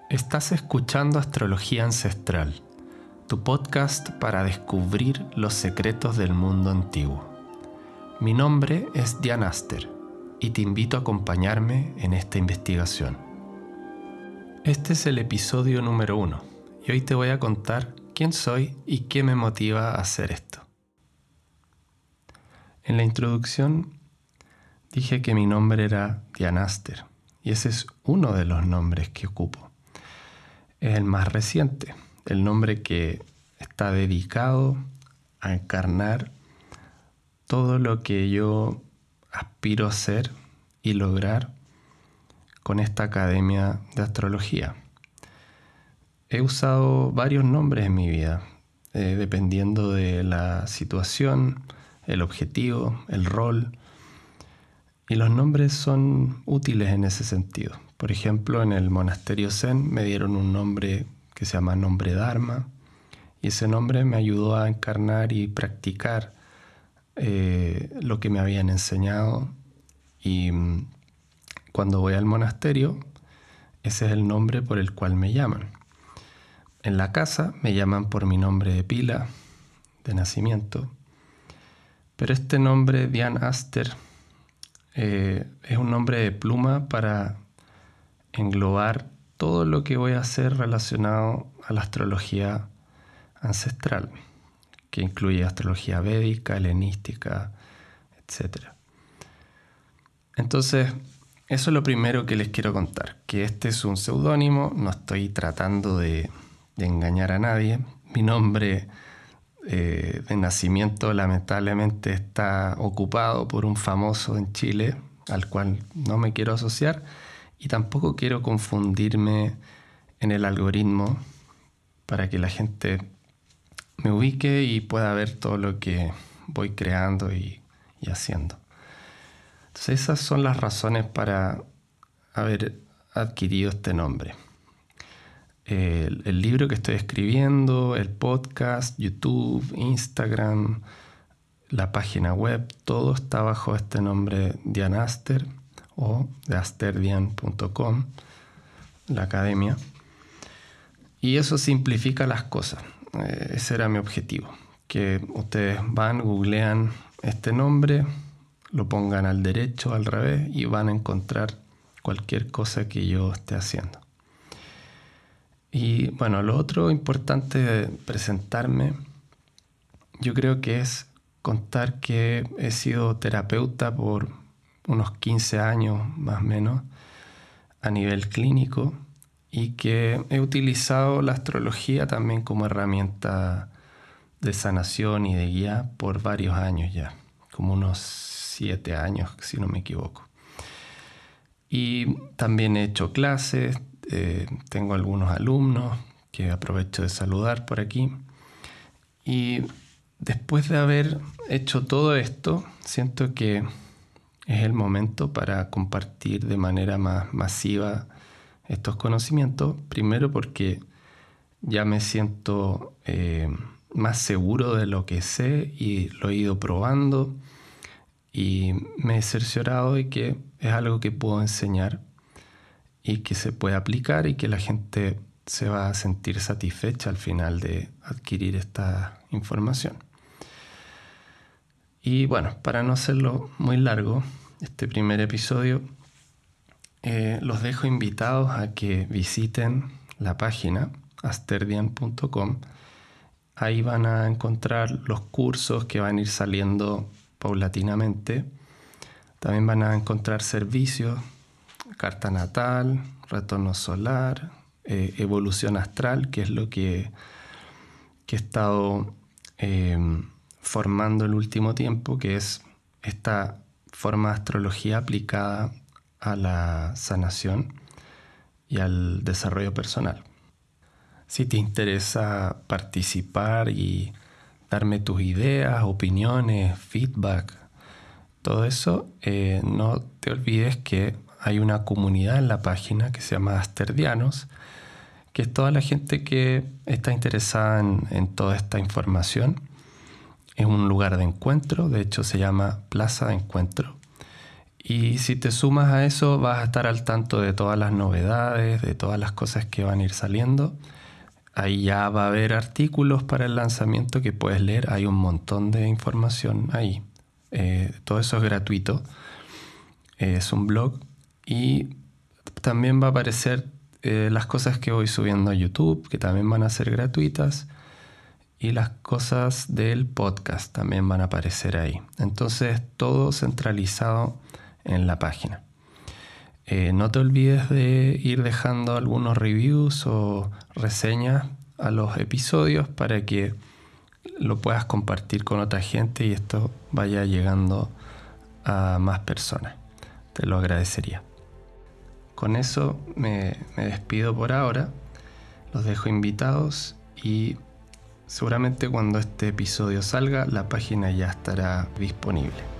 Estás escuchando Astrología Ancestral, tu podcast para descubrir los secretos del mundo antiguo. Mi nombre es Dian Aster y te invito a acompañarme en esta investigación. Este es el episodio número 1 y hoy te voy a contar quién soy y qué me motiva a hacer esto. En la introducción dije que mi nombre era Dian Aster y ese es uno de los nombres que ocupo. Es el más reciente, el nombre que está dedicado a encarnar todo lo que yo aspiro a ser y lograr con esta academia de astrología. He usado varios nombres en mi vida, dependiendo de la situación, el objetivo, el rol, y los nombres son útiles en ese sentido. Por ejemplo, en el monasterio Zen me dieron un nombre que se llama nombre Dharma, y ese nombre me ayudó a encarnar y practicar lo que me habían enseñado. Y cuando voy al monasterio, ese es el nombre por el cual me llaman. En la casa me llaman por mi nombre de pila, de nacimiento, pero este nombre, Dian Aster, es un nombre de pluma para englobar todo lo que voy a hacer relacionado a la astrología ancestral, que incluye astrología védica, helenística, etc. Entonces, eso es lo primero que les quiero contar, que este es un seudónimo, no estoy tratando de engañar a nadie. Mi nombre de nacimiento lamentablemente está ocupado por un famoso en Chile, al cual no me quiero asociar, y tampoco quiero confundirme en el algoritmo para que la gente me ubique y pueda ver todo lo que voy creando y haciendo. Entonces esas son las razones para haber adquirido este nombre. El libro que estoy escribiendo, el podcast, YouTube, Instagram, la página web, todo está bajo este nombre Dian Aster o de asterdian.com, la academia. Y eso simplifica las cosas. Ese era mi objetivo, que ustedes googlean este nombre, lo pongan al derecho, al revés, y van a encontrar cualquier cosa que yo esté haciendo. Y bueno, lo otro importante de presentarme, yo creo que es contar que he sido terapeuta por unos 15 años más o menos a nivel clínico y que he utilizado la astrología también como herramienta de sanación y de guía por varios años ya, como unos 7 años si no me equivoco. Y también he hecho clases. Tengo algunos alumnos que aprovecho de saludar por aquí. Y después de haber hecho todo esto, siento que es el momento para compartir de manera más masiva estos conocimientos. Primero porque ya me siento más seguro de lo que sé y lo he ido probando. Y me he cerciorado de que es algo que puedo enseñar y que se puede aplicar y que la gente se va a sentir satisfecha al final de adquirir esta información. Y bueno, para no hacerlo muy largo, este primer episodio, los dejo invitados a que visiten la página asterdian.com. Ahí van a encontrar los cursos que van a ir saliendo paulatinamente. También van a encontrar servicios, carta natal, retorno solar, evolución astral, que es lo que he estado formando el último tiempo, que es esta forma de astrología aplicada a la sanación y al desarrollo personal. Si te interesa participar y darme tus ideas, opiniones, feedback, todo eso, no te olvides que hay una comunidad en la página que se llama Asterdianos, que es toda la gente que está interesada en toda esta información. Es un lugar de encuentro, de hecho se llama Plaza de Encuentro. Y si te sumas a eso, vas a estar al tanto de todas las novedades, de todas las cosas que van a ir saliendo. Ahí ya va a haber artículos para el lanzamiento que puedes leer. Hay un montón de información ahí. Todo eso es gratuito. Es un blog. Y también va a aparecer las cosas que voy subiendo a YouTube, que también van a ser gratuitas. Y las cosas del podcast también van a aparecer ahí. Entonces, todo centralizado en la página. No te olvides de ir dejando algunos reviews o reseñas a los episodios para que lo puedas compartir con otra gente y esto vaya llegando a más personas. Te lo agradecería. Con eso me despido por ahora. Los dejo invitados y seguramente cuando este episodio salga la página ya estará disponible.